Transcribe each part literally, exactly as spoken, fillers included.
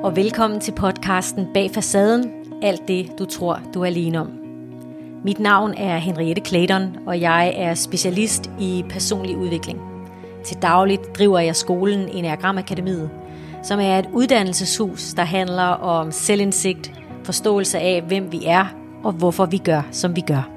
og velkommen til podcasten Bag Facaden, alt det du tror du er alene om. Mit navn er Henriette Clayton, og jeg er specialist i personlig udvikling. Til dagligt driver jeg skolen Enneagram Akademiet, som er et uddannelseshus, der handler om selvindsigt, forståelse af hvem vi er og hvorfor vi gør som vi gør.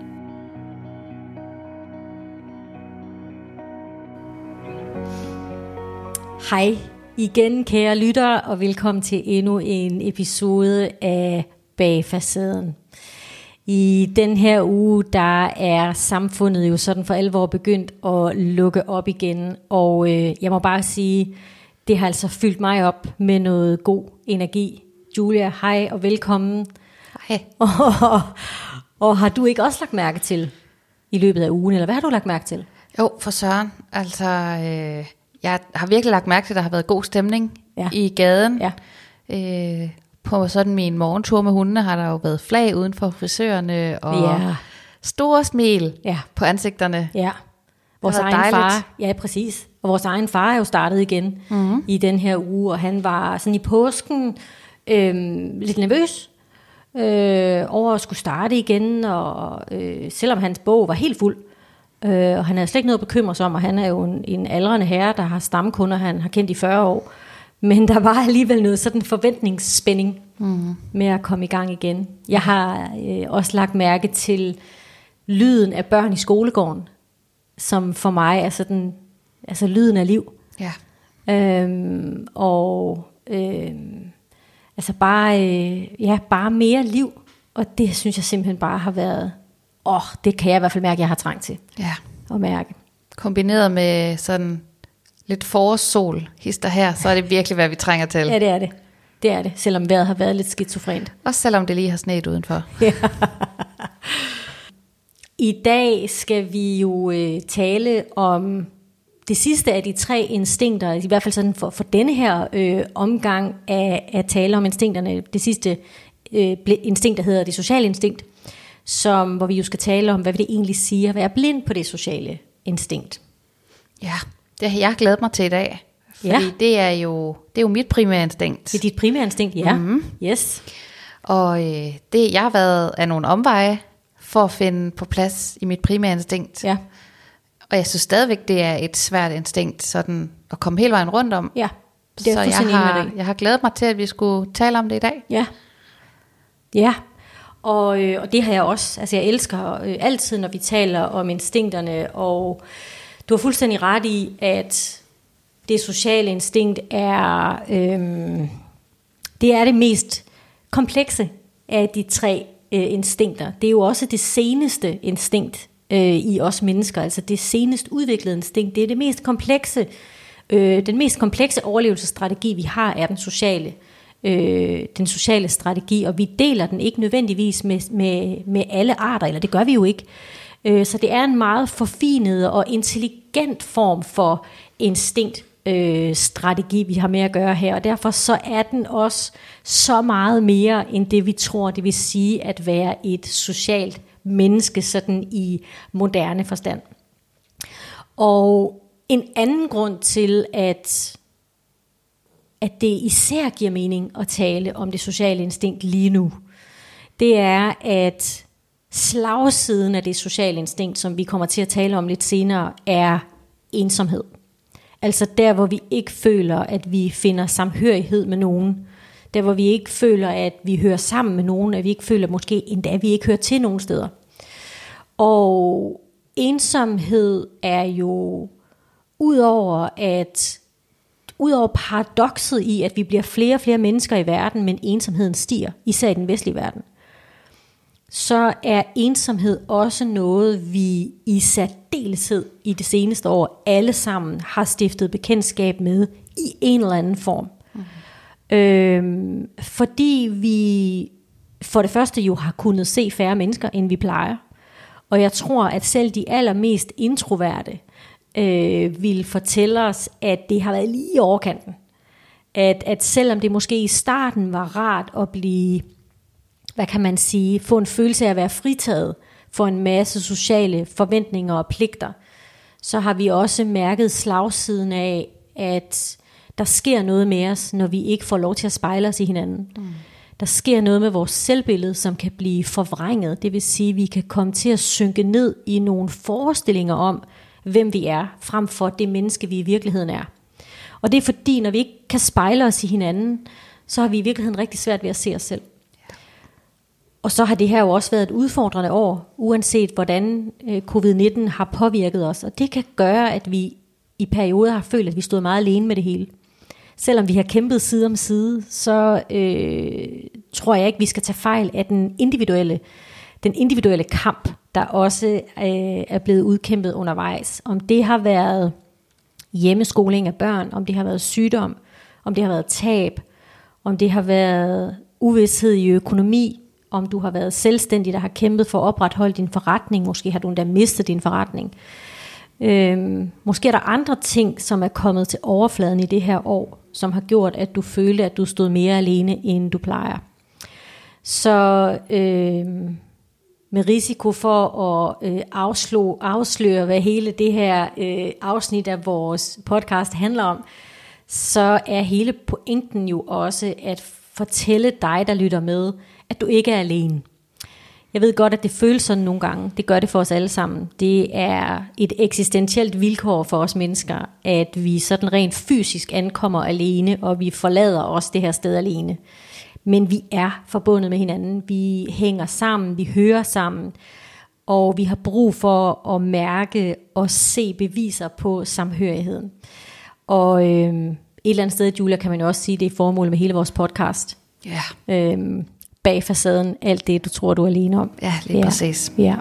Hej igen kære lyttere, og velkommen til endnu en episode af Bag Facaden. I den her uge, der er samfundet jo sådan for alvor begyndt at lukke op igen, og øh, jeg må bare sige, det har altså fyldt mig op med noget god energi. Julia, hej og velkommen. Hej. Og, og, og har du ikke også lagt mærke til i løbet af ugen, eller hvad har du lagt mærke til? Jo, for søren. Altså, øh, jeg har virkelig lagt mærke til, at der har været god stemning ja. i gaden. Ja. Øh, på sådan min morgentur med hundene har der jo været flag uden for frisørerne, og ja. store smil ja. på ansigterne. Ja. Vores egen dejligt. far, ja præcis. Og vores egen far er jo startet igen mm-hmm. i den her uge, og han var sådan i påsken øh, lidt nervøs øh, over at skulle starte igen, og øh, selvom hans bog var helt fuld, øh, og han havde slet ikke noget at bekymre sig om, og han er jo en, en aldrende herre, der har stamkunder, han har kendt i fyrre år, men der var alligevel noget sådan forventningsspænding mm. med at komme i gang igen. Jeg har øh, også lagt mærke til lyden af børn i skolegården, som for mig er sådan, altså lyden af liv. Ja. Øhm, og øhm, altså bare, øh, ja, bare mere liv, og det synes jeg simpelthen bare har været, åh, det kan jeg i hvert fald mærke, jeg har trængt til ja. at mærke. Kombineret med sådan lidt forårssol, hister her, så er det virkelig, hvad vi trænger til. Ja, det er det. Det er det, selvom vejret har været lidt skizofrent. Også selvom det lige har sneet udenfor. Ja. I dag skal vi jo øh, tale om det sidste af de tre instinkter, i hvert fald sådan for, for denne her øh, omgang af at tale om instinkterne. Det sidste øh, instinkt, der hedder det sociale instinkt, som, hvor vi jo skal tale om, hvad det egentlig siger at være blind på det sociale instinkt. Ja, det har jeg glædet mig til i dag, fordi ja. det, er jo, det er jo mit primære instinkt. Det er dit primære instinkt, ja. Mm-hmm. Yes. Og øh, det, jeg har været af nogle omveje for at finde på plads i mit primære instinkt. Ja. Og jeg synes stadigvæk, det er et svært instinkt sådan at komme hele vejen rundt om. Ja, det er så jeg har, jeg har glædet mig til, at vi skulle tale om det i dag. Ja, ja. Og, øh, og det har jeg også. Altså jeg elsker øh, altid, når vi taler om instinkterne, og du har fuldstændig ret i, at det sociale instinkt er, øh, det er det mest komplekse af de tre øh, instinkter. Det er jo også det seneste instinkt øh, i os mennesker, altså det senest udviklede instinkt. Det er det mest komplekse, øh, den mest komplekse overlevelsesstrategi, vi har, er den sociale, øh, den sociale strategi, og vi deler den ikke nødvendigvis med, med, med alle arter, eller det gør vi jo ikke. Øh, så det er en meget forfinet og intelligent form for instinkt, Øh, strategi, vi har med at gøre her, og derfor så er den også så meget mere end det, vi tror, det vil sige at være et socialt menneske, sådan i moderne forstand. Og en anden grund til, at, at det især giver mening at tale om det sociale instinkt lige nu, det er, at slagsiden af det sociale instinkt, som vi kommer til at tale om lidt senere, er ensomhed. Altså der, hvor vi ikke føler, at vi finder samhørighed med nogen. Der, hvor vi ikke føler, at vi hører sammen med nogen. At vi ikke føler, måske endda, at vi ikke hører til nogen steder. Og ensomhed er jo, udover at, udover paradokset i, at vi bliver flere og flere mennesker i verden, men ensomheden stiger, især i den vestlige verden, så er ensomhed også noget, vi i særdeleshed i det seneste år alle sammen har stiftet bekendtskab med i en eller anden form. Mm. Øhm, fordi vi for det første jo har kunnet se færre mennesker, end vi plejer. Og jeg tror, at selv de allermest introverte øh, vil fortælle os, at det har været lige i overkanten. At, at selvom det måske i starten var rart at blive, hvad kan man sige, få en følelse af at være fritaget for en masse sociale forventninger og pligter, så har vi også mærket slagsiden af, at der sker noget med os, når vi ikke får lov til at spejle os i hinanden. Mm. Der sker noget med vores selvbillede, som kan blive forvrænget. Det vil sige, at vi kan komme til at synke ned i nogle forestillinger om, hvem vi er, frem for det menneske, vi i virkeligheden er. Og det er fordi, når vi ikke kan spejle os i hinanden, så har vi i virkeligheden rigtig svært ved at se os selv. Ja. Og så har det her jo også været et udfordrende år, uanset hvordan øh, covid nitten har påvirket os. Og det kan gøre, at vi i perioder har følt, at vi stod meget alene med det hele. Selvom vi har kæmpet side om side, så øh, tror jeg ikke, vi skal tage fejl af den individuelle, den individuelle kamp, der også øh, er blevet udkæmpet undervejs. Om det har været hjemmeskoling af børn, om det har været sygdom, om det har været tab, om det har været uvished i økonomi, om du har været selvstændig, der har kæmpet for at opretholde din forretning, måske har du endda mistet din forretning. Øhm, måske er der andre ting, som er kommet til overfladen i det her år, som har gjort, at du følte, at du stod mere alene, end du plejer. Så øhm, med risiko for at øh, afslå, afsløre, hvad hele det her øh, afsnit af vores podcast handler om, så er hele pointen jo også at fortælle dig, der lytter med, at du ikke er alene. Jeg ved godt, at det føles sådan nogle gange. Det gør det for os alle sammen. Det er et eksistentielt vilkår for os mennesker, at vi sådan rent fysisk ankommer alene, og vi forlader også det her sted alene. Men vi er forbundet med hinanden. Vi hænger sammen, vi hører sammen, og vi har brug for at mærke og se beviser på samhørigheden. Og øh, et eller andet sted, Julia, kan man jo også sige, det er formålet med hele vores podcast. Ja. Yeah. Øh, bag facaden, alt det, du tror, du er alene om. Ja, lige ja. Præcis. Ja.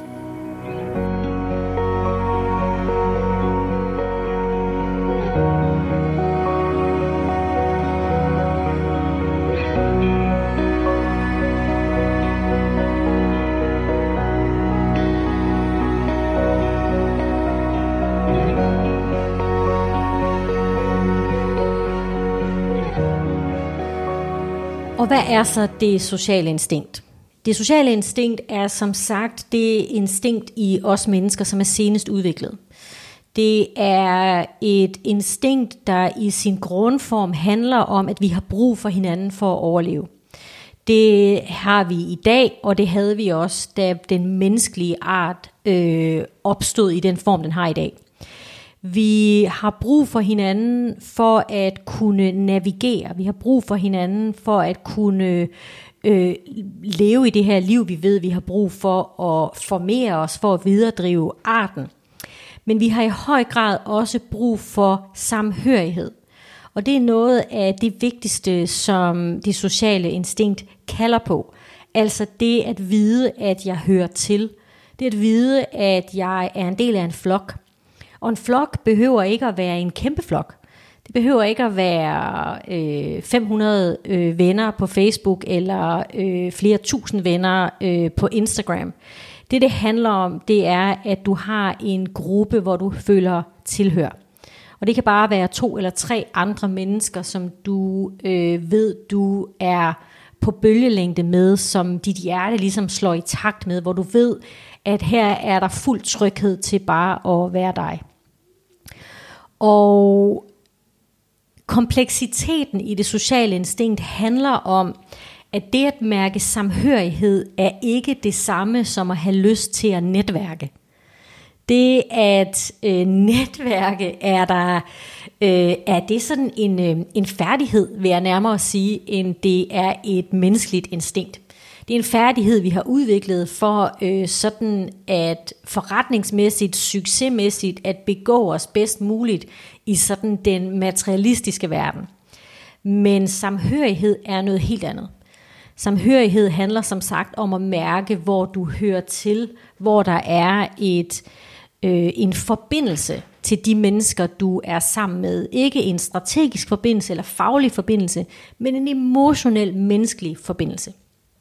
Og hvad er så det sociale instinkt? Det sociale instinkt er som sagt det instinkt i os mennesker, som er senest udviklet. Det er et instinkt, der i sin grundform handler om, at vi har brug for hinanden for at overleve. Det har vi i dag, og det havde vi også, da den menneskelige art øh, opstod i den form, den har i dag. Vi har brug for hinanden for at kunne navigere. Vi har brug for hinanden for at kunne øh, leve i det her liv, vi ved, vi har brug for at formere os, for at videredrive arten. Men vi har i høj grad også brug for samhørighed. Og det er noget af det vigtigste, som det sociale instinkt kalder på. Altså det at vide, at jeg hører til. Det at vide, at jeg er en del af en flok. Og en flok behøver ikke at være en kæmpe flok. Det behøver ikke at være øh, fem hundrede øh, venner på Facebook, eller øh, flere tusind venner øh, på Instagram. Det det handler om, det er, at du har en gruppe, hvor du føler tilhør. Og det kan bare være to eller tre andre mennesker, som du øh, ved, du er på bølgelængde med, som dit hjerte ligesom slår i takt med, hvor du ved, at her er der fuld tryghed til bare at være dig. Og kompleksiteten i det sociale instinkt handler om, at det at mærke samhørighed er ikke det samme som at have lyst til at netværke. Det at øh, netværke er der øh, er det sådan en øh, en færdighed, vil jeg nærmere sige, end det er et menneskeligt instinkt. Det er en færdighed, vi har udviklet for øh, sådan at forretningsmæssigt, succesmæssigt at begå os bedst muligt i sådan den materialistiske verden. Men samhørighed er noget helt andet. Samhørighed handler som sagt om at mærke, hvor du hører til, hvor der er et øh, en forbindelse til de mennesker, du er sammen med. Ikke en strategisk forbindelse eller faglig forbindelse, men en emotionel, menneskelig forbindelse.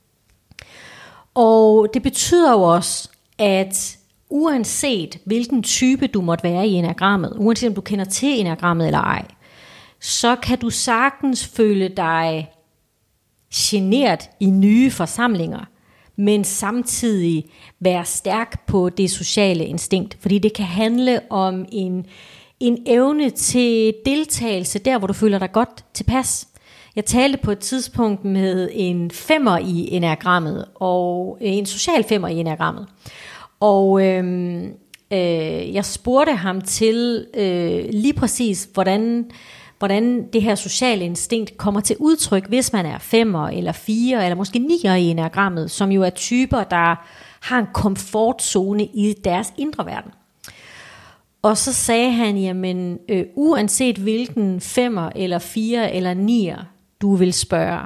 Og det betyder jo også, at uanset hvilken type du måtte være i enagrammet, uanset om du kender til enagrammet eller ej, så kan du sagtens føle dig genert i nye forsamlinger, men samtidig være stærk på det sociale instinkt. Fordi det kan handle om en, en evne til deltagelse der, hvor du føler dig godt tilpas. Jeg talte på et tidspunkt med en femmer i enagrammet, og en social femmer i enagrammet. Og øhm, øh, jeg spurgte ham til øh, lige præcis, hvordan, hvordan det her sociale instinkt kommer til udtryk, hvis man er femmer eller fire, eller måske nier i enagrammet, som jo er typer, der har en komfortzone i deres indre verden. Og så sagde han, jamen øh, uanset hvilken femmer eller fire eller nier, du vil spørge,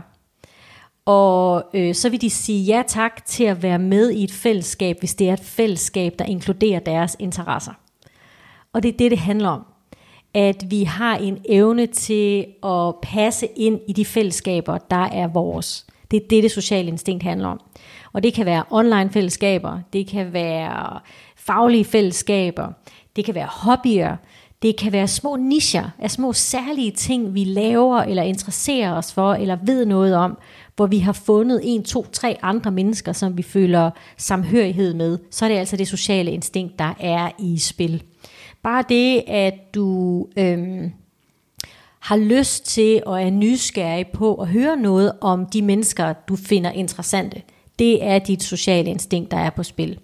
og øh, så vil de sige ja tak til at være med i et fællesskab, hvis det er et fællesskab, der inkluderer deres interesser. Og det er det, det handler om. At vi har en evne til at passe ind i de fællesskaber, der er vores. Det er det, det sociale instinkt handler om. Og det kan være online fællesskaber, det kan være faglige fællesskaber, det kan være hobbyer, det kan være små nicher af små særlige ting, vi laver eller interesserer os for, eller ved noget om, hvor vi har fundet en, to, tre andre mennesker, som vi føler samhørighed med. Så er det altså det sociale instinkt, der er i spil. Bare det, at du øhm, har lyst til og er nysgerrig på at høre noget om de mennesker, du finder interessante, det er dit sociale instinkt, der er på spil.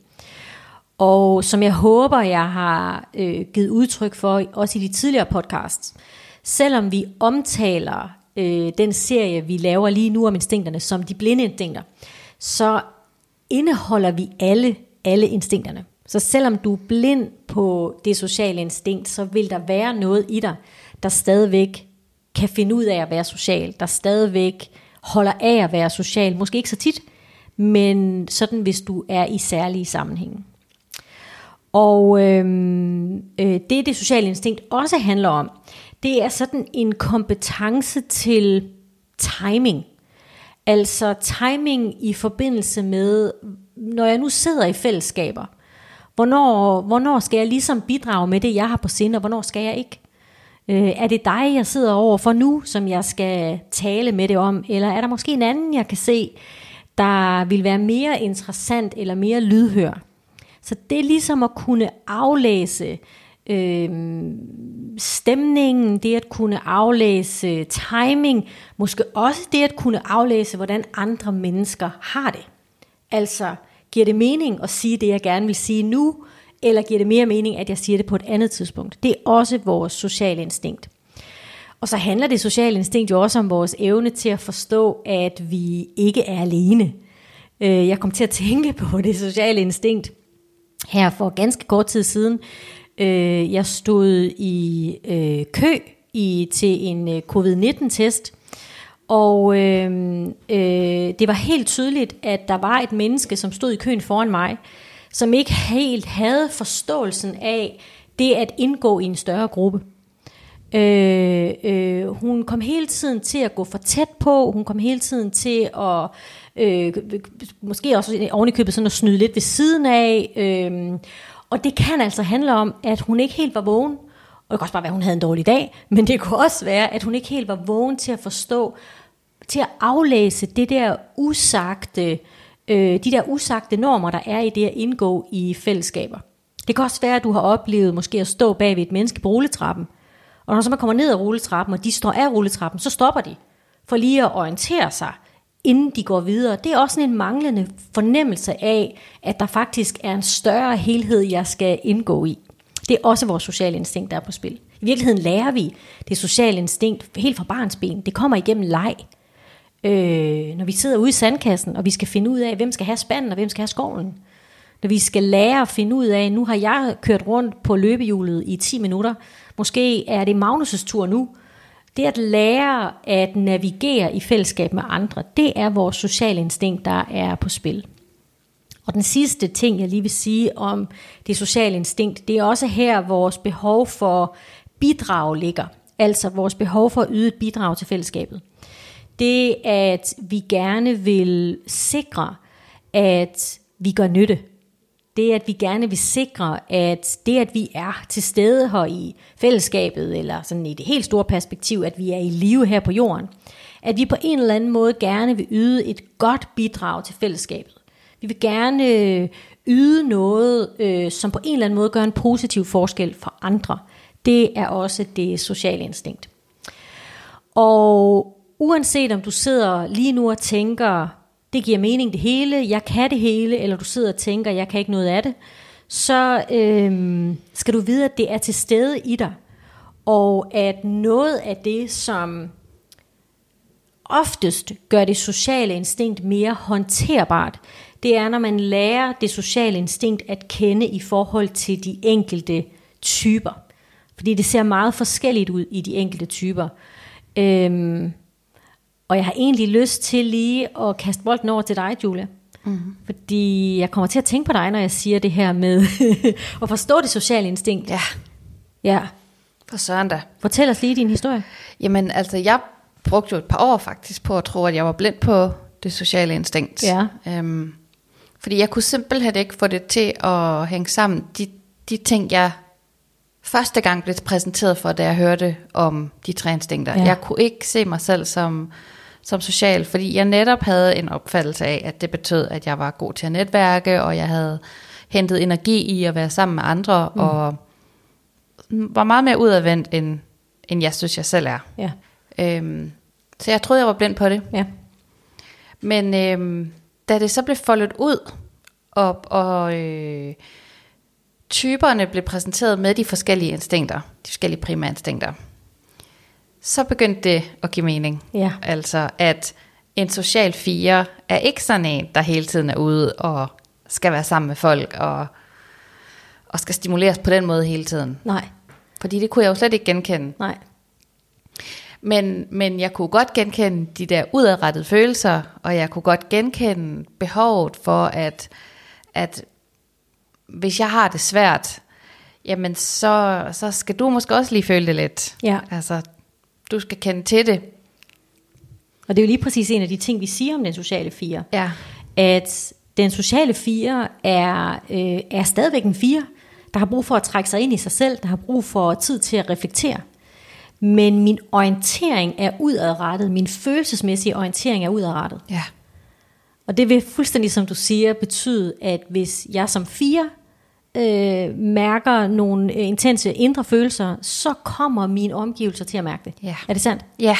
Og som jeg håber, jeg har øh, givet udtryk for, også i de tidligere podcasts, selvom vi omtaler øh, den serie, vi laver lige nu om instinkterne, som de blinde instinkter, så indeholder vi alle, alle instinkterne. Så selvom du er blind på det sociale instinkt, så vil der være noget i dig, der stadigvæk kan finde ud af at være social, der stadigvæk holder af at være social, måske ikke så tit, men sådan hvis du er i særlige sammenhænge. Og øhm, øh, det, det sociale instinkt også handler om, det er sådan en kompetence til timing. Altså timing i forbindelse med, når jeg nu sidder i fællesskaber, hvornår, hvornår skal jeg ligesom bidrage med det, jeg har på sinde, og hvornår skal jeg ikke? Øh, er det dig, jeg sidder over for nu, som jeg skal tale med det om, eller er der måske en anden, jeg kan se, der vil være mere interessant eller mere lydhør? Så det er ligesom at kunne aflæse øh, stemningen, det at kunne aflæse timing, måske også det at kunne aflæse, hvordan andre mennesker har det. Altså, giver det mening at sige det, jeg gerne vil sige nu, eller giver det mere mening, at jeg siger det på et andet tidspunkt? Det er også vores sociale instinkt. Og så handler det sociale instinkt jo også om vores evne til at forstå, at vi ikke er alene. Jeg kom til at tænke på det sociale instinkt her for ganske kort tid siden. Jeg stod i kø i, til en covid nitten test, og øh, øh, det var helt tydeligt, at der var et menneske, som stod i køen foran mig, som ikke helt havde forståelsen af det at indgå i en større gruppe. Øh, øh, hun kom hele tiden til at gå for tæt på, hun kom hele tiden til at øh, måske også oven i købet sådan at snyde lidt ved siden af, øh, og det kan altså handle om, at hun ikke helt var vågen, og det kan også bare være, at hun havde en dårlig dag, men det kunne også være, at hun ikke helt var vågen til at forstå, til at aflæse det der usagte, øh, de der usagte normer, der er i det at indgå i fællesskaber. Det kan også være, at du har oplevet måske at stå bag ved et menneske på rulletrappen, og når så man kommer ned ad rulletrappen, og de står af rulletrappen, så stopper de for lige at orientere sig, inden de går videre. Det er også sådan en manglende fornemmelse af, at der faktisk er en større helhed, jeg skal indgå i. Det er også vores sociale instinkt, der er på spil. I virkeligheden lærer vi det sociale instinkt helt fra barnsben. Det kommer igennem leg. Øh, når vi sidder ude i sandkassen, og vi skal finde ud af, hvem skal have spanden, og hvem skal have skovlen. Når vi skal lære at finde ud af, nu har jeg kørt rundt på løbehjulet i ti minutter, måske er det Magnus' tur nu. Det at lære at navigere i fællesskab med andre, det er vores sociale instinkt, der er på spil. Og den sidste ting, jeg lige vil sige om det sociale instinkt, det er også her, vores behov for bidrag ligger. Altså vores behov for at yde et bidrag til fællesskabet. Det at vi gerne vil sikre, at vi gør nytte. Det at vi gerne vil sikre, at det at vi er til stede her i fællesskabet, eller sådan i det helt store perspektiv, at vi er i live her på jorden, at vi på en eller anden måde gerne vil yde et godt bidrag til fællesskabet. Vi vil gerne yde noget, øh, som på en eller anden måde gør en positiv forskel for andre. det er også det sociale instinkt. Og uanset om du sidder lige nu og tænker, det giver mening det hele, jeg kan det hele, eller du sidder og tænker, jeg kan ikke noget af det, så øhm, skal du vide, at det er til stede i dig. Og at noget af det, som oftest gør det sociale instinkt mere håndterbart, det er, når man lærer det sociale instinkt at kende i forhold til de enkelte typer. Fordi det ser meget forskelligt ud i de enkelte typer. Øhm, og jeg har egentlig lyst til lige at kaste bolden over til dig, Julia. Mm-hmm. Fordi jeg kommer til at tænke på dig, når jeg siger det her med at forstå det sociale instinkt. Ja. Ja. For søren da. Fortæl os lige din historie. Jamen altså, jeg brugte jo et par år faktisk på at tro, at jeg var blind på det sociale instinkt. Ja. Øhm, fordi jeg kunne simpelthen ikke få det til at hænge sammen. De, de ting, jeg første gang blev præsenteret for, da jeg hørte om de tre instinkter. Ja. Jeg kunne ikke se mig selv som, som social, fordi jeg netop havde en opfattelse af, at det betød, at jeg var god til at netværke, og jeg havde hentet energi i at være sammen med andre, mm. og var meget mere udadvendt, end, end jeg synes, jeg selv er. Ja. Øhm, så jeg troede, jeg var blind på det. Ja. Men øhm, da det så blev foldet ud, og, og øh, typerne blev præsenteret med de forskellige instinkter, de forskellige primære instinkter, så begyndte det at give mening. Ja. Altså, at en social fire er ikke sådan en, der hele tiden er ude og skal være sammen med folk, og, og skal stimuleres på den måde hele tiden. Nej. Fordi det kunne jeg jo slet ikke genkende. Nej. Men, men jeg kunne godt genkende de der udadrettede følelser, og jeg kunne godt genkende behovet for, at, at hvis jeg har det svært, jamen så, så skal du måske også lige føle det lidt. Ja. Altså, du skal kende til det. Og det er jo lige præcis en af de ting, vi siger om den sociale fire. Ja. At den sociale fire er, øh, er stadigvæk en fire, der har brug for at trække sig ind i sig selv, der har brug for tid til at reflektere. Men min orientering er udadrettet, min følelsesmæssige orientering er udadrettet. Ja. Og det vil fuldstændig, som du siger, betyde, at hvis jeg som fire øh, mærker nogle øh, intense indre følelser, så kommer mine omgivelser til at mærke det. Ja. Er det sandt? Ja.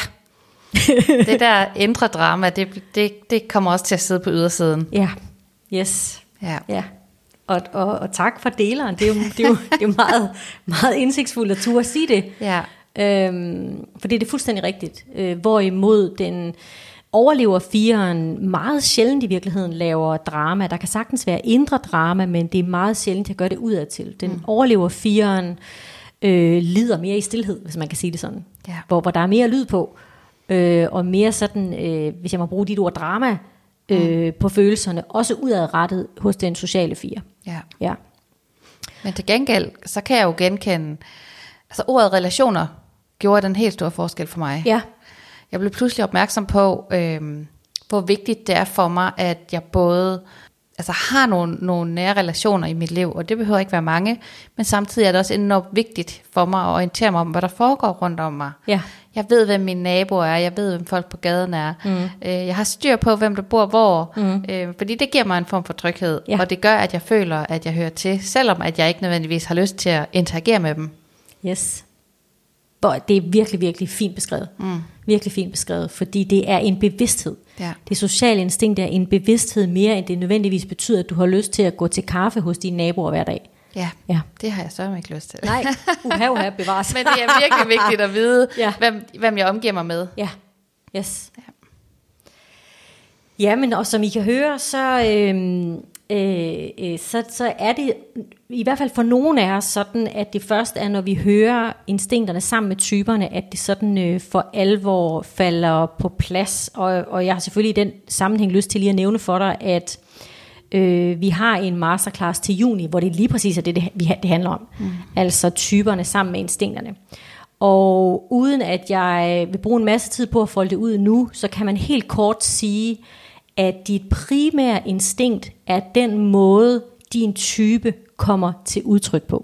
Det der indre drama, det, det, det kommer også til at sidde på ydersiden. Ja. Yes. Ja. Ja. Og, og, og tak for deleren. Det er jo, det er jo, det er jo meget, meget indsigtsfuldt at turde sige det. Ja. Øhm, for det er det fuldstændig rigtigt. Øh, hvorimod den overlever fireren meget sjældent i virkeligheden laver drama. Der kan sagtens være indre drama, men det er meget sjældent at gøre det udadtil. Den mm. overlever fireren øh, lider mere i stilhed, hvis man kan sige det sådan. Ja. Hvor, hvor der er mere lyd på, øh, og mere sådan, øh, hvis jeg må bruge dit ord, drama øh, mm. på følelserne, også udadrettet hos den sociale fire. Ja. Ja. Men til gengæld, så kan jeg jo genkende, altså ordet relationer gjorde den helt store forskel for mig. Ja. Jeg blev pludselig opmærksom på, øh, hvor vigtigt det er for mig, at jeg både altså, har nogle, nogle nære relationer i mit liv, og det behøver ikke være mange, men samtidig er det også enormt vigtigt for mig at orientere mig om, hvad der foregår rundt om mig. Ja. Jeg ved, hvem mine naboer er, jeg ved, hvem folk på gaden er. Mm. Øh, jeg har styr på, hvem der bor hvor, mm. øh, fordi det giver mig en form for tryghed, ja. Og det gør, at jeg føler, at jeg hører til, selvom at jeg ikke nødvendigvis har lyst til at interagere med dem. Yes. Det er virkelig, virkelig fint beskrevet. Mm. Virkelig fint beskrevet, fordi det er en bevidsthed. Ja. Det sociale instinkt er en bevidsthed mere, end det nødvendigvis betyder, at du har lyst til at gå til kaffe hos dine naboer hver dag. Ja, ja. Det har jeg så ikke lyst til. Nej, uha, uha, bevares. Men det er virkelig vigtigt at vide, ja. hvem, hvem jeg omgiver mig med. Ja, yes. Ja. Jamen, og som I kan høre, så, øh, øh, så, så er det i hvert fald for nogle af os sådan, at det først er, når vi hører instinkterne sammen med typerne, at det sådan øh, for alvor falder på plads. Og, og jeg har selvfølgelig i den sammenhæng lyst til lige at nævne for dig, at øh, vi har en masterclass til juni, hvor det lige præcis er det, det, det handler om. Mm. Altså typerne sammen med instinkterne. Og uden at jeg vil bruge en masse tid på at folde det ud nu, så kan man helt kort sige, at dit primære instinkt er den måde, din type kommer til udtryk på.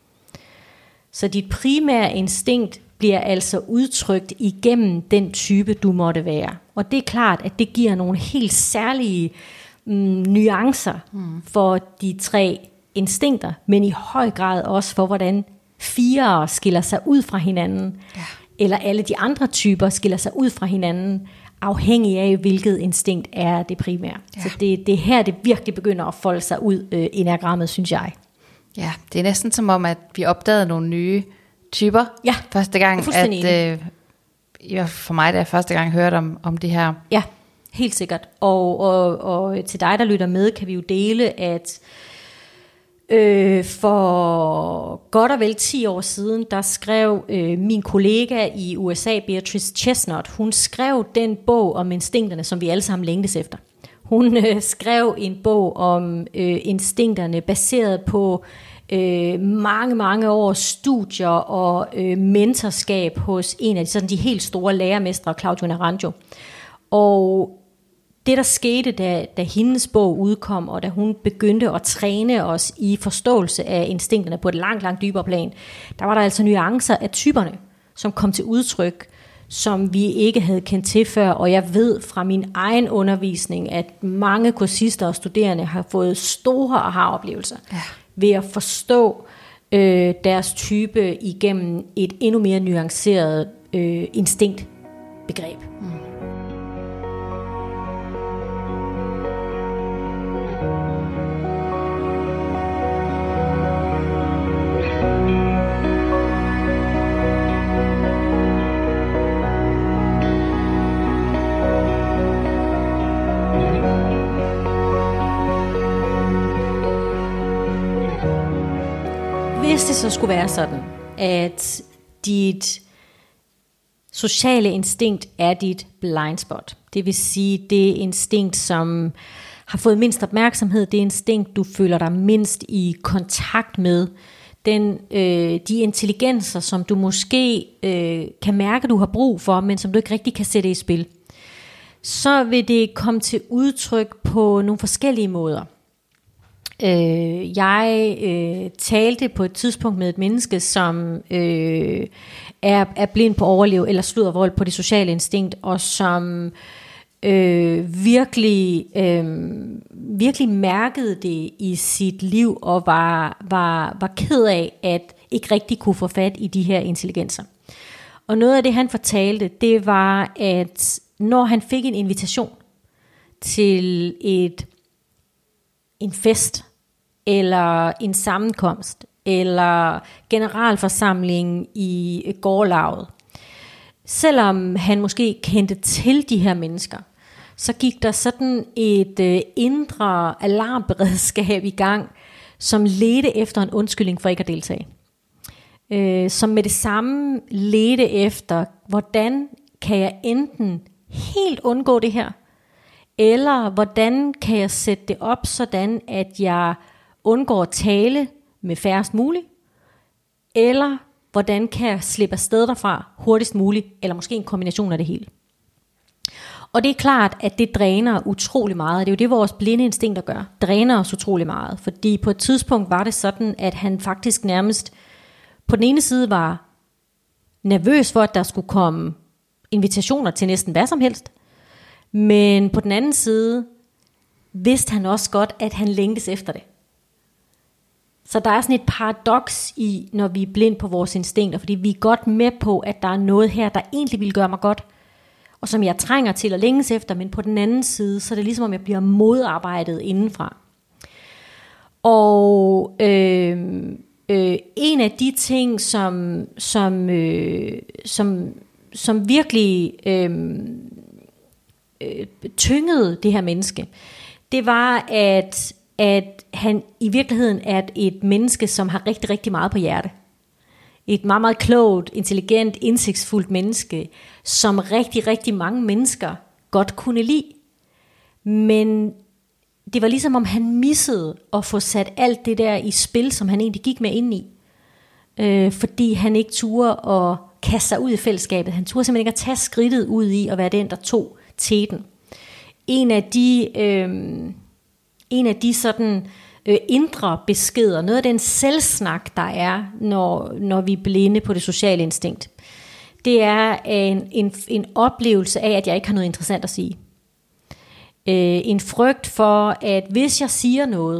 Så dit primære instinkt bliver altså udtrykt igennem den type, du måtte være. Og det er klart, at det giver nogle helt særlige mm, nuancer mm. for de tre instinkter, men i høj grad også for, hvordan fire skiller sig ud fra hinanden, ja. eller alle de andre typer skiller sig ud fra hinanden, afhængig af, hvilket instinkt er det primære. Ja. Så det, det er her, det virkelig begynder at folde sig ud, øh, enagrammet, synes jeg. Ja, det er næsten som om, at vi opdagede nogle nye typer ja. første gang. At, øh, for mig, da jeg første gang hørte om, om det her. Ja, helt sikkert. Og, og, og til dig, der lytter med, kan vi jo dele, at øh, for godt og vel ti år siden, der skrev øh, min kollega i U S A, Beatrice Chestnut, hun skrev den bog om instinkterne, som vi alle sammen længtes efter. Hun øh, skrev en bog om øh, instinkterne, baseret på øh, mange, mange års studier og øh, mentorskab hos en af de, sådan de helt store lærermestre, Claudio Naranjo. Og det, der skete, da, da hendes bog udkom, og da hun begyndte at træne os i forståelse af instinkterne på et langt, langt dybere plan, der var der altså nuancer af typerne, som kom til udtryk, som vi ikke havde kendt til før. Og jeg ved fra min egen undervisning, at mange kursister og studerende har fået store aha-oplevelser ja. ved at forstå øh, deres type igennem et endnu mere nuanceret øh, instinktbegreb. Mm. Hvis det så skulle være sådan, at dit sociale instinkt er dit blind spot, det vil sige det instinkt, som har fået mindst opmærksomhed, det instinkt, du føler dig mindst i kontakt med, den, øh, de intelligenser, som du måske øh, kan mærke, du har brug for, men som du ikke rigtig kan sætte i spil, så vil det komme til udtryk på nogle forskellige måder. Øh, jeg øh, talte på et tidspunkt med et menneske, som øh, er, er blind på overlev eller sludder vold på det sociale instinkt, og som øh, virkelig, øh, virkelig mærkede det i sit liv, og var, var, var ked af, at ikke rigtig kunne få fat i de her intelligenser. Og noget af det, han fortalte, det var, at når han fik en invitation til et, en fest, eller en sammenkomst, eller generalforsamling i gårdlaget, selvom han måske kendte til de her mennesker, så gik der sådan et øh, indre alarmberedskab i gang, som ledte efter en undskyldning for ikke at deltage. Øh, som med det samme ledte efter, hvordan kan jeg enten helt undgå det her, eller hvordan kan jeg sætte det op, sådan at jeg undgår at tale med færrest muligt, eller hvordan kan jeg slippe afsted derfra hurtigst muligt, eller måske en kombination af det hele. Og det er klart, at det dræner utrolig meget. Det er jo det, vores blinde instinkter gør. Dræner os utrolig meget. Fordi på et tidspunkt var det sådan, at han faktisk nærmest på den ene side var nervøs for, at der skulle komme invitationer til næsten hvad som helst. Men på den anden side vidste han også godt, at han længtes efter det. Så der er sådan et paradoks i, når vi er blind på vores instinkter, fordi vi er godt med på, at der er noget her, der egentlig vil gøre mig godt, og som jeg trænger til at længes efter, men på den anden side, så er det ligesom, om jeg bliver modarbejdet indenfra. Og øh, øh, en af de ting, som, som, øh, som, som virkelig øh, øh, tyngede det her menneske, det var, at at han i virkeligheden er et menneske, som har rigtig, rigtig meget på hjerte. Et meget, meget klogt, intelligent, indsigtsfuldt menneske, som rigtig, rigtig mange mennesker godt kunne lide. Men det var ligesom, om han missede at få sat alt det der i spil, som han egentlig gik med ind i. Øh, fordi han ikke turde at kaste sig ud i fællesskabet. Han turde simpelthen ikke at tage skridtet ud i at være den, der tog teten. En af de... Øh, En af de sådan øh, indre beskeder, noget af den selvsnak, der er, når, når vi er blinde på det sociale instinkt, det er en, en, en oplevelse af, at jeg ikke har noget interessant at sige. Øh, en frygt for, at hvis jeg siger noget,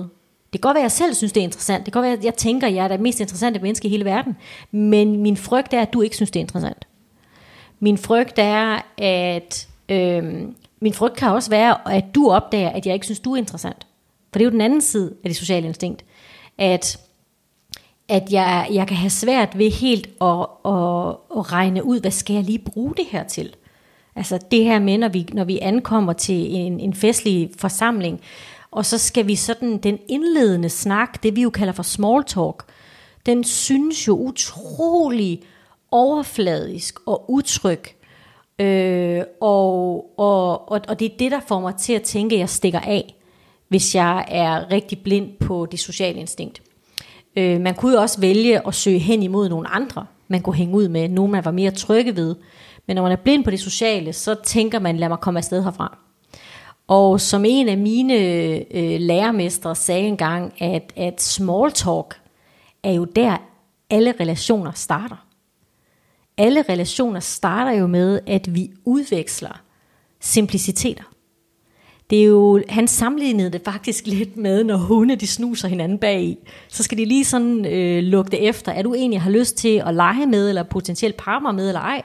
Det kan godt være, at jeg selv synes, det er interessant. Det kan godt være, at jeg tænker, at jeg er det mest interessante menneske i hele verden. Men min frygt er, at du ikke synes, det er interessant. Min frygt er, at... Øh, min frygt kan også være, at du opdager, at jeg ikke synes, du er interessant. For det er jo den anden side af det sociale instinkt. At, at jeg, jeg kan have svært ved helt at, at, at regne ud, hvad skal jeg lige bruge det her til? Altså det her med, når vi, når vi ankommer til en, en festlig forsamling, og så skal vi sådan, den indledende snak, det vi jo kalder for small talk, den synes jo utrolig overfladisk og utryg. Øh, og, og, og, og det er det, der får mig til at tænke, at jeg stikker af, hvis jeg er rigtig blind på det sociale instinkt. Øh, man kunne jo også vælge at søge hen imod nogle andre, man kunne hænge ud med, nogen man var mere trygge ved. Men når man er blind på det sociale, så tænker man, lad mig komme afsted herfra. Og som en af mine øh, lærermestre sagde engang, at, at small talk er jo der, alle relationer starter. Alle relationer starter jo med, at vi udveksler simpliciteter. Det er jo, han sammenlignede det faktisk lidt med, når hunde de snuser hinanden bagi. Så skal de lige sådan øh, lugte efter, er du egentlig har lyst til at lege med, eller potentielt parre mig med, eller ej.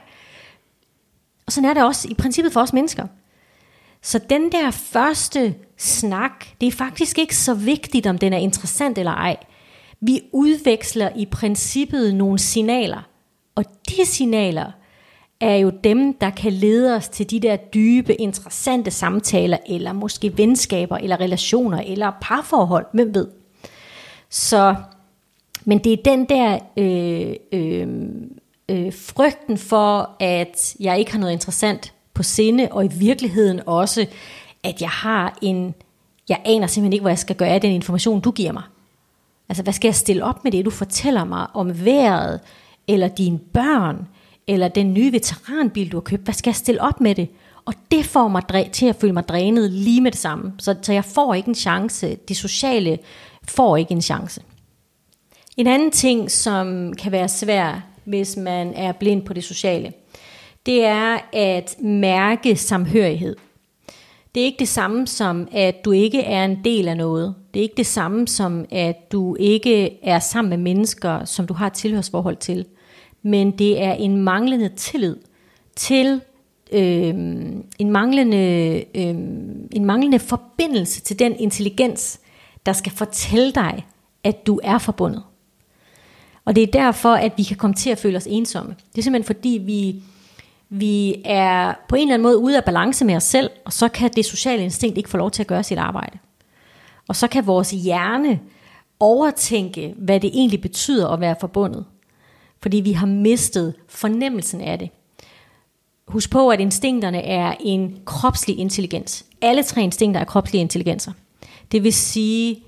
Og sådan er det også i princippet for os mennesker. Så den der første snak, det er faktisk ikke så vigtigt, om den er interessant eller ej. Vi udveksler i princippet nogle signaler. Og de signaler er jo dem, der kan lede os til de der dybe, interessante samtaler, eller måske venskaber, eller relationer, eller parforhold, hvem ved. Så, men det er den der øh, øh, øh, frygten for, at jeg ikke har noget interessant på sinde, og i virkeligheden også, at jeg har en, jeg aner simpelthen ikke, hvad jeg skal gøre af den information, du giver mig. Altså, hvad skal jeg stille op med det, du fortæller mig om vejret, eller dine børn, eller den nye veteranbil, du har købt. Hvad skal jeg stille op med det? Og det får mig dræ- til at føle mig drænet lige med det samme. Så, så jeg får ikke en chance. Det sociale får ikke en chance. En anden ting, som kan være svær, hvis man er blind på det sociale, det er at mærke samhørighed. Det er ikke det samme som, at du ikke er en del af noget. Det er ikke det samme som, at du ikke er sammen med mennesker, som du har et tilhørsforhold til. Men det er en manglende tillid til, øh, en, manglende, øh, en manglende forbindelse til den intelligens, der skal fortælle dig, at du er forbundet. Og det er derfor, at vi kan komme til at føle os ensomme. Det er simpelthen fordi, vi, vi er på en eller anden måde ude af balance med os selv, og så kan det sociale instinkt ikke få lov til at gøre sit arbejde. Og så kan vores hjerne overtænke, hvad det egentlig betyder at være forbundet. Fordi vi har mistet fornemmelsen af det. Husk på, at instinkterne er en kropslig intelligens. Alle tre instinkter er kropslige intelligenser. Det vil sige,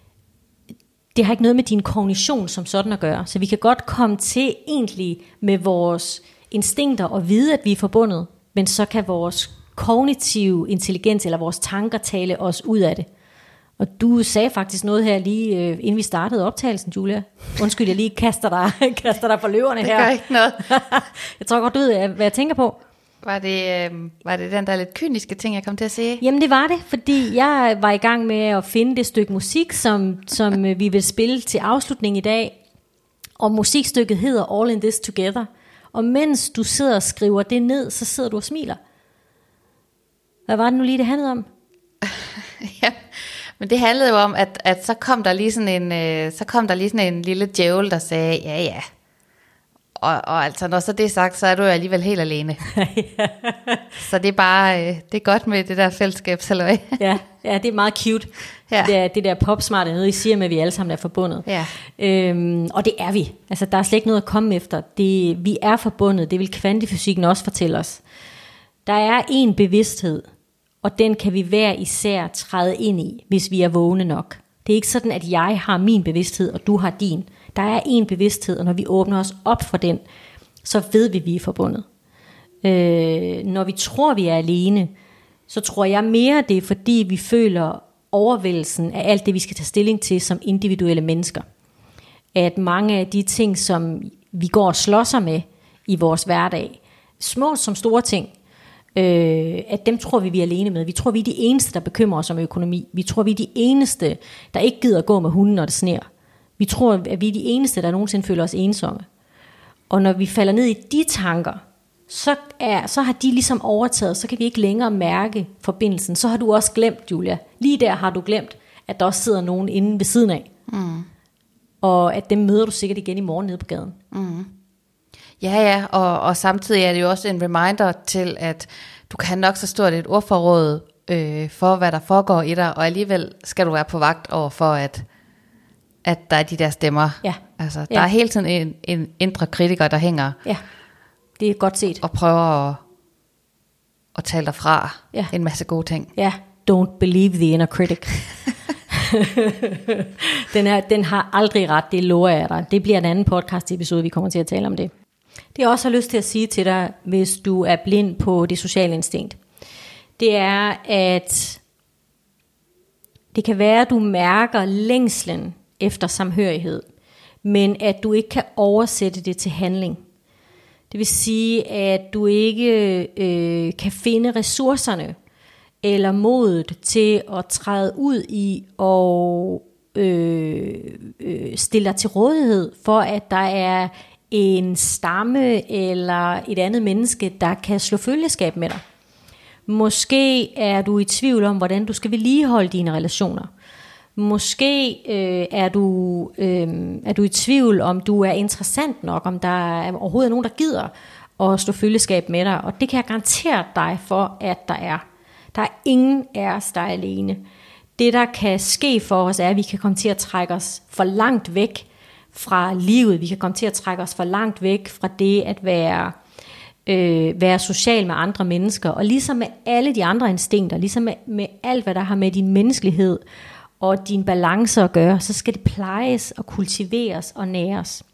det har ikke noget med din kognition som sådan at gøre. Så vi kan godt komme til egentlig med vores instinkter og vide, at vi er forbundet, men så kan vores kognitive intelligens eller vores tanker tale os ud af det. Og du sagde faktisk noget her lige øh, inden vi startede optagelsen, Julia. Undskyld, jeg lige kaster dig, kaster dig for løverne her. Det gør ikke noget. Jeg tror godt, du ved, hvad jeg tænker på. Var det, øh, var det den der lidt kyniske ting, jeg kom til at sige? Jamen det var det, fordi jeg var i gang med at finde det stykke musik, som, som vi vil spille til afslutning i dag. Og musikstykket hedder All in This Together. Og mens du sidder og skriver det ned, så sidder du og smiler. Hvad var det nu lige, det handlede om? Ja, men det handlede jo om, at, at så kom der lige sådan en, øh, så kom der lige sådan en lille djævel, der sagde, ja ja. Og, og altså, når så det er sagt, så er du jo alligevel helt alene. Så det er bare, øh, det er godt med det der fællesskabshalløj. ja, ja, det er meget cute. Ja. Det, er, det der popsmarte noget, I siger med, at vi alle sammen er forbundet. Ja. Øhm, og det er vi. Altså, der er slet ikke noget at komme efter. Det, vi er forbundet. Det vil kvantefysikken også fortælle os. Der er en bevidsthed, og den kan vi hver især træde ind i, hvis vi er vågne nok. Det er ikke sådan, at jeg har min bevidsthed, og du har din. Der er en bevidsthed, og når vi åbner os op for den, så ved vi, at vi er forbundet. Øh, når vi tror, vi er alene, så tror jeg mere, det er fordi, vi føler overvældelsen af alt det, vi skal tage stilling til som individuelle mennesker. At mange af de ting, som vi går og slåsser med i vores hverdag, små som store ting, øh, at dem tror vi, vi er alene med. Vi tror, vi er de eneste, der bekymrer os om økonomi. Vi tror, vi er de eneste, der ikke gider at gå med hunden, når det sner. Vi tror, at vi er de eneste, der nogensinde føler os ensomme. Og når vi falder ned i de tanker, så, er, så har de ligesom overtaget, så kan vi ikke længere mærke forbindelsen. Så har du også glemt, Julia. Lige der har du glemt, at der også sidder nogen inde ved siden af. Mm. Og at dem møder du sikkert igen i morgen nede på gaden. Mm. Ja, ja, og, og samtidig er det jo også en reminder til, at du kan nok så stort et ordforråd øh, for, hvad der foregår i dig, og alligevel skal du være på vagt over for, at, at der er de der stemmer. Ja. Altså, der ja. er hele tiden en, en indre kritiker, der hænger. Ja, det er godt set. Og prøver at, at tale dig fra ja. en masse gode ting. Ja, don't believe the inner critic. den, er, den har aldrig ret, det lover jeg dig. Det bliver en anden podcast episode, vi kommer til at tale om det. Det jeg også har lyst til at sige til dig, hvis du er blind på det sociale instinkt, det er, at det kan være, at du mærker længslen efter samhørighed, men at du ikke kan oversætte det til handling. Det vil sige, at du ikke øh, kan finde ressourcerne eller modet til at træde ud i og øh, øh, stille dig til rådighed for, at der er en stamme eller et andet menneske, der kan slå følgeskab med dig. Måske er du i tvivl om, hvordan du skal vedligeholde dine relationer. Måske øh, er, du, øh, er du i tvivl, om du er interessant nok, om der er overhovedet nogen, der gider at slå følgeskab med dig. Og det kan jeg garantere dig for, at der er. Der er ingen af os, der er alene. Det, der kan ske for os, er, at vi kan komme til at trække os for langt væk fra livet. Vi kan komme til at trække os for langt væk fra det at være, øh, være social med andre mennesker. Og ligesom med alle de andre instinkter, ligesom med, med alt, hvad der har med din menneskelighed og din balance at gøre, så skal det plejes og kultiveres og næres.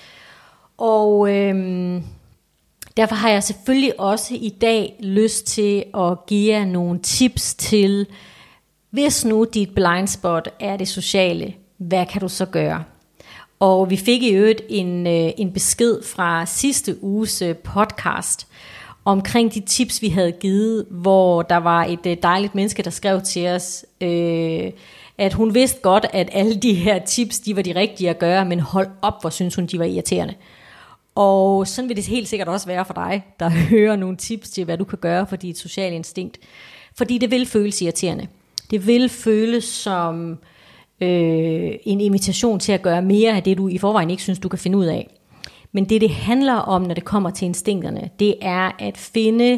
Og øh, derfor har jeg selvfølgelig også i dag lyst til at give jer nogle tips til, hvis nu dit blindspot er det sociale, hvad kan du så gøre? Og vi fik i øvrigt en, en besked fra sidste uges podcast omkring de tips, vi havde givet, hvor der var et dejligt menneske, der skrev til os, øh, at hun vidste godt, at alle de her tips, de var de rigtige at gøre, men hold op, hvor synes hun, de var irriterende. Og sådan vil det helt sikkert også være for dig, der hører nogle tips til, hvad du kan gøre for dit sociale instinkt. Fordi det vil føles irriterende. Det vil føles som øh, en invitation til at gøre mere af det, du i forvejen ikke synes, du kan finde ud af. Men det, det handler om, når det kommer til instinkterne, det er at finde,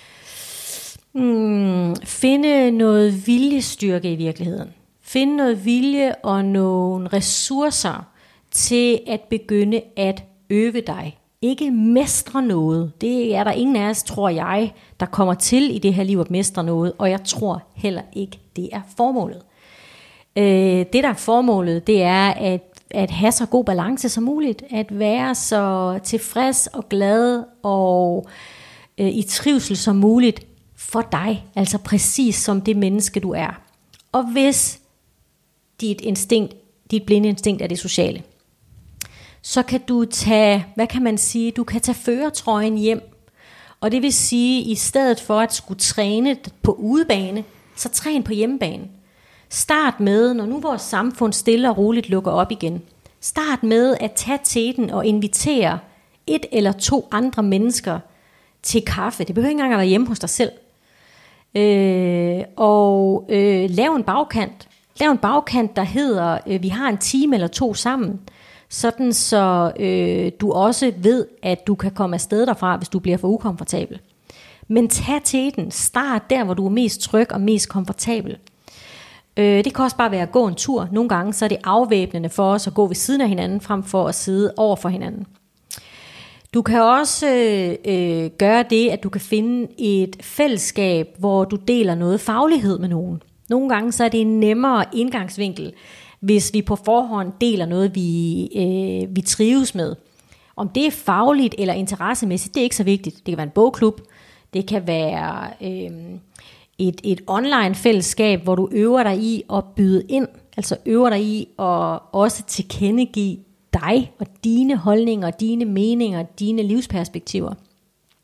hmm, finde noget viljestyrke i virkeligheden. Finde noget vilje og nogle ressourcer til at begynde at øve dig. Ikke mestre noget. Det er der ingen af os, tror jeg, der kommer til i det her liv at mestre noget. Og jeg tror heller ikke, det er formålet. Øh, det, der er formålet, det er at, at have så god balance som muligt. At være så tilfreds og glad og øh, i trivsel som muligt for dig. Altså præcis som det menneske, du er. Og hvis dit instinkt, dit blinde instinkt er det sociale, så kan du tage, hvad kan man sige, du kan tage førertrøjen hjem. Og det vil sige, i stedet for at skulle træne på udebane, så træn på hjemmebane. Start med, når nu vores samfund stille og roligt lukker op igen, start med at tage teten og invitere et eller to andre mennesker til kaffe. Det behøver ikke engang at være hjemme hos dig selv. Øh, og øh, lav en bagkant. Lav en bagkant, der hedder, øh, vi har en time eller to sammen. Sådan så øh, du også ved, at du kan komme afsted derfra, hvis du bliver for ukomfortabel. Men tag teten. Start der, hvor du er mest tryg og mest komfortabel. Øh, det kan også bare være at gå en tur. Nogle gange så er det afvæbnende for os at gå ved siden af hinanden, frem for at sidde over for hinanden. Du kan også øh, gøre det, at du kan finde et fællesskab, hvor du deler noget faglighed med nogen. Nogle gange så er det en nemmere indgangsvinkel, hvis vi på forhånd deler noget, vi, øh, vi trives med. Om det er fagligt eller interessemæssigt, det er ikke så vigtigt. Det kan være en bogklub, det kan være øh, et, et online fællesskab, hvor du øver dig i at byde ind, altså øver dig i at også tilkendegive dig og dine holdninger, dine meninger, dine livsperspektiver.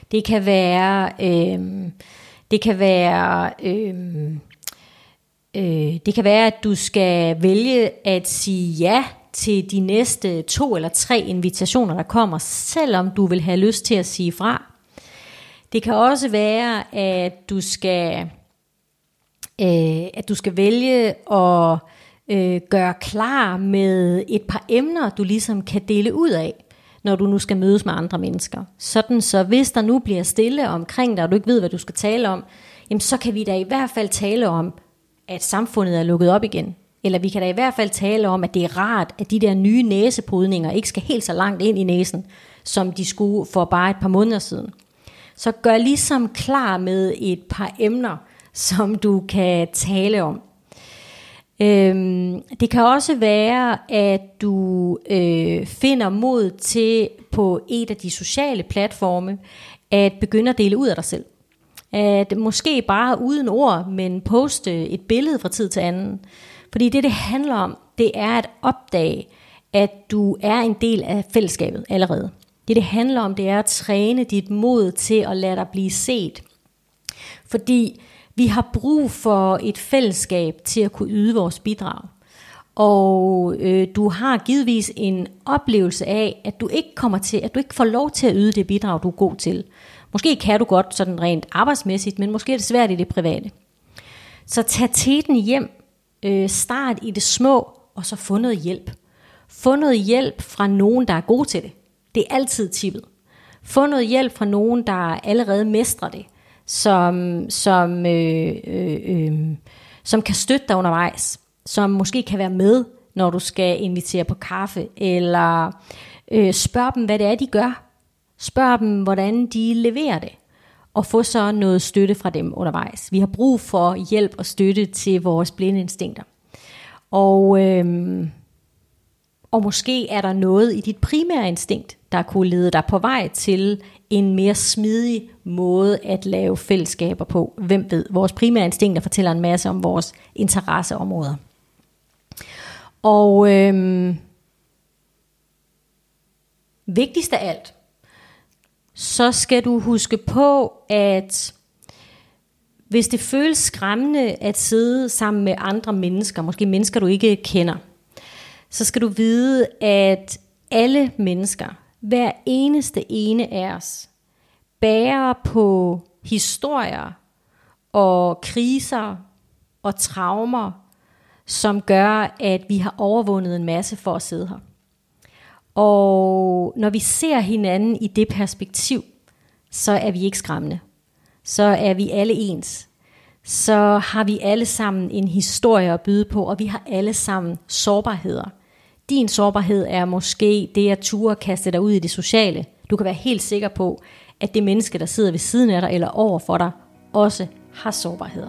Det kan være, øh, det kan være, øh, øh, det kan være, at du skal vælge at sige ja til de næste to eller tre invitationer, der kommer, selvom du vil have lyst til at sige fra. Det kan også være, at du skal, øh, at du skal vælge at øh, gøre klar med et par emner, du ligesom kan dele ud af, når du nu skal mødes med andre mennesker. Sådan så hvis der nu bliver stille omkring dig, og du ikke ved, hvad du skal tale om, jamen så kan vi da i hvert fald tale om, at samfundet er lukket op igen. Eller vi kan da i hvert fald tale om, at det er rart, at de der nye næsepodninger ikke skal helt så langt ind i næsen, som de skulle for bare et par måneder siden. Så gør ligesom klar med et par emner, som du kan tale om. Øhm, det kan også være, at du øh, finder mod til på et af de sociale platforme, at begynde at dele ud af dig selv. At måske bare uden ord, men poste et billede fra tid til anden. Fordi det, det handler om, det er at opdage, at du er en del af fællesskabet allerede. Det, det handler om, det er at træne dit mod til at lade dig blive set. Fordi vi har brug for et fællesskab til at kunne yde vores bidrag. Og øh, du har givetvis en oplevelse af, at du ikke kommer til, at du ikke får lov til at yde det bidrag, du er god til. Måske kan du godt sådan rent arbejdsmæssigt, men måske er det svært i det private. Så tag teten hjem, øh, start i det små, og så få noget hjælp. Få noget hjælp fra nogen, der er god til det. Det er altid tippet. Få noget hjælp fra nogen, der allerede mestrer det, som, som, øh, øh, øh, som kan støtte dig undervejs, som måske kan være med, når du skal invitere på kaffe, eller øh, spørg dem, hvad det er, de gør. Spørg dem, hvordan de leverer det, og få så noget støtte fra dem undervejs. Vi har brug for hjælp og støtte til vores blinde instinkter. Og, øhm, og måske er der noget i dit primære instinkt, der kunne lede dig på vej til en mere smidig måde at lave fællesskaber på. Hvem ved? Vores primære instinkter fortæller en masse om vores interesseområder. Og øhm, vigtigst af alt, så skal du huske på, at hvis det føles skræmmende at sidde sammen med andre mennesker, måske mennesker du ikke kender, så skal du vide, at alle mennesker, hver eneste ene af os, bærer på historier og kriser og traumer, som gør, at vi har overvundet en masse for at sidde her. Og når vi ser hinanden i det perspektiv, så er vi ikke skræmmende. Så er vi alle ens. Så har vi alle sammen en historie at byde på, og vi har alle sammen sårbarheder. Din sårbarhed er måske det at ture kaste dig ud i det sociale. Du kan være helt sikker på, at det menneske, der sidder ved siden af dig eller over for dig, også har sårbarheder.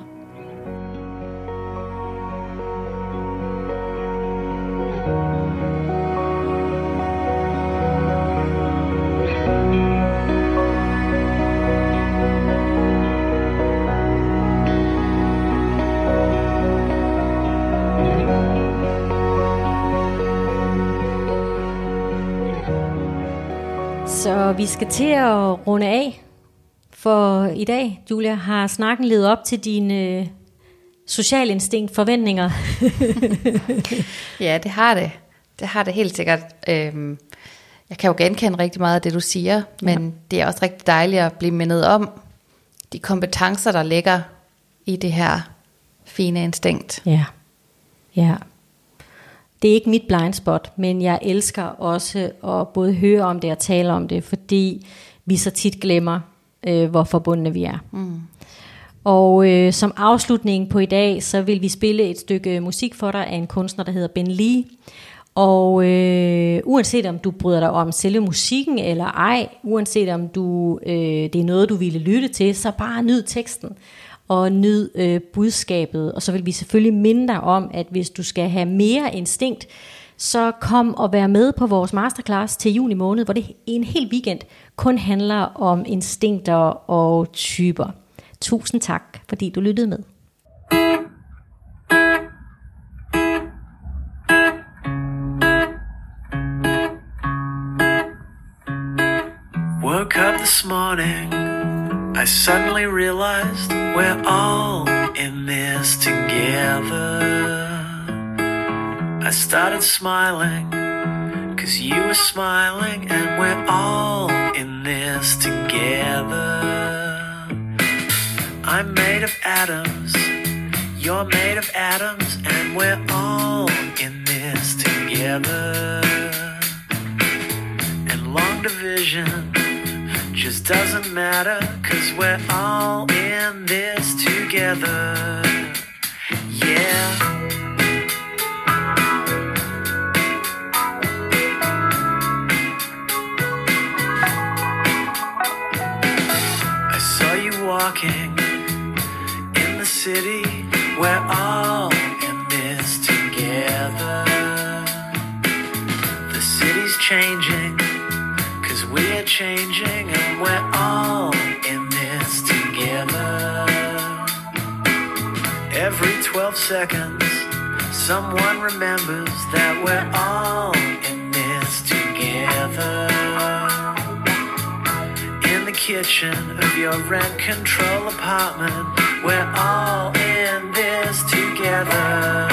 Så vi skal til at runde af for i dag. Julia, har snakken levet op til dine øh, sociale instinkt forventninger? Ja, det har det. Det har det helt sikkert. Øhm, jeg kan jo genkende rigtig meget af det, du siger, men ja. Det er også rigtig dejligt at blive mindet om de kompetencer, der ligger i det her fine instinkt. Ja, ja. Det er ikke mit blind spot, men jeg elsker også at både høre om det og tale om det, fordi vi så tit glemmer, øh, hvor forbundne vi er. Mm. Og øh, som afslutning på i dag, så vil vi spille et stykke musik for dig af en kunstner, der hedder Ben Lee. Og øh, uanset om du bryder dig om selve musikken eller ej, uanset om du, øh, det er noget, du ville lytte til, så bare nyd teksten og nyd øh, budskabet. Og så vil vi selvfølgelig minde dig om, at hvis du skal have mere instinkt, så kom og vær med på vores masterclass til juni måned, hvor det en hel weekend kun handler om instinkter og typer. Tusind tak, fordi du lyttede med. Woke up this morning, I suddenly realized we're all in this together. I started smiling, cause you were smiling, and we're all in this together. I'm made of atoms, you're made of atoms, and we're all in this together. And long division just doesn't matter, cause we're all in this together. Yeah. I saw you walking in the city, we're all in this together. The city's changing, cause we're changing, and we're all in this together. Every twelve seconds, someone remembers that we're all in this together. In the kitchen of your rent control apartment, we're all in this together.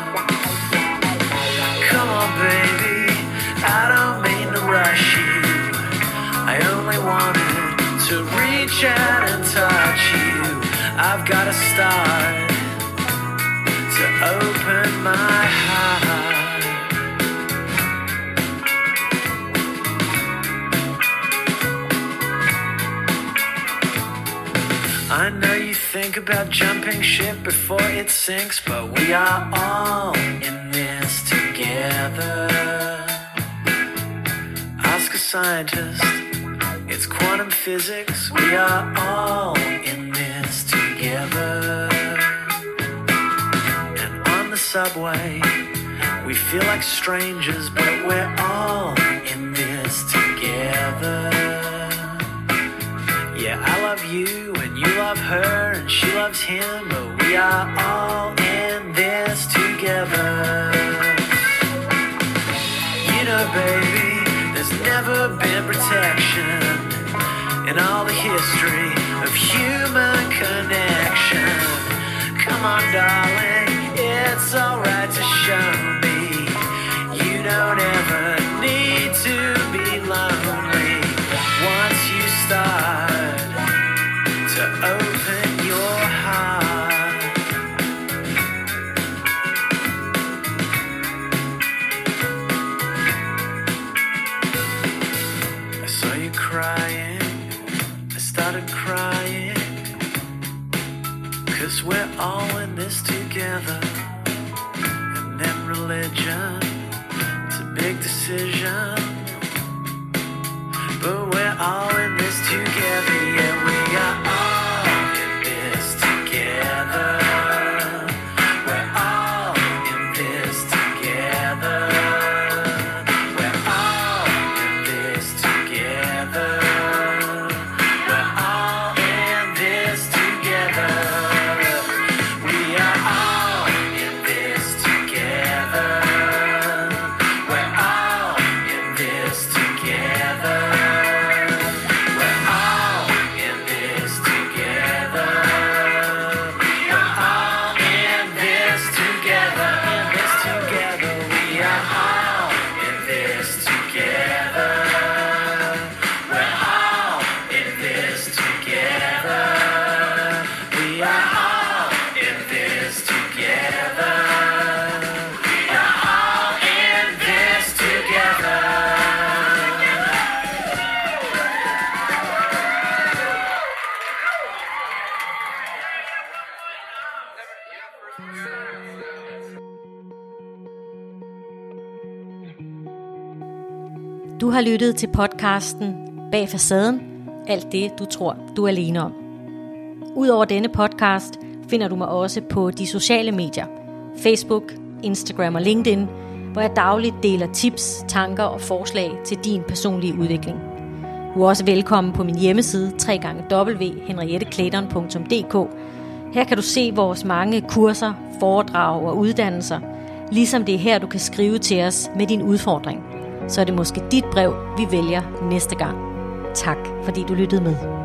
Come on, baby, I don't mean to rush you. I only wanted to reach out and touch you. I've got to start to open my heart. I know you think about jumping ship before it sinks, but we are all in this together. Ask a scientist, it's quantum physics, we are all in this together. And on the subway, we feel like strangers, but we're all in this together. Yeah, I love you and you love her and she loves him, but we are all in this together. You know, baby, there's never been protection in all the history of human connection. Come on, darling, it's alright to show me you don't ever need to be lonely. Once you start to open your heart, I saw you crying, I started crying, cause we're all in this together. And then religion, it's a big decision, but we're all in this together. Yeah, we are all in this together. We're all in this together. We're all in this together. We're all in this together. We are all in this together. We're all in this together. Du har lyttet til podcasten Bag Facaden, alt det du tror du er alene om. Udover denne podcast finder du mig også på de sociale medier, Facebook, Instagram og LinkedIn, hvor jeg dagligt deler tips, tanker og forslag til din personlige udvikling. Du er også velkommen på min hjemmeside w w w punktum henriette clayton punktum d k. Her kan du se vores mange kurser, foredrag og uddannelser, ligesom det er her, du kan skrive til os med din udfordring. Så er det måske dit brev, vi vælger næste gang. Tak, fordi du lyttede med.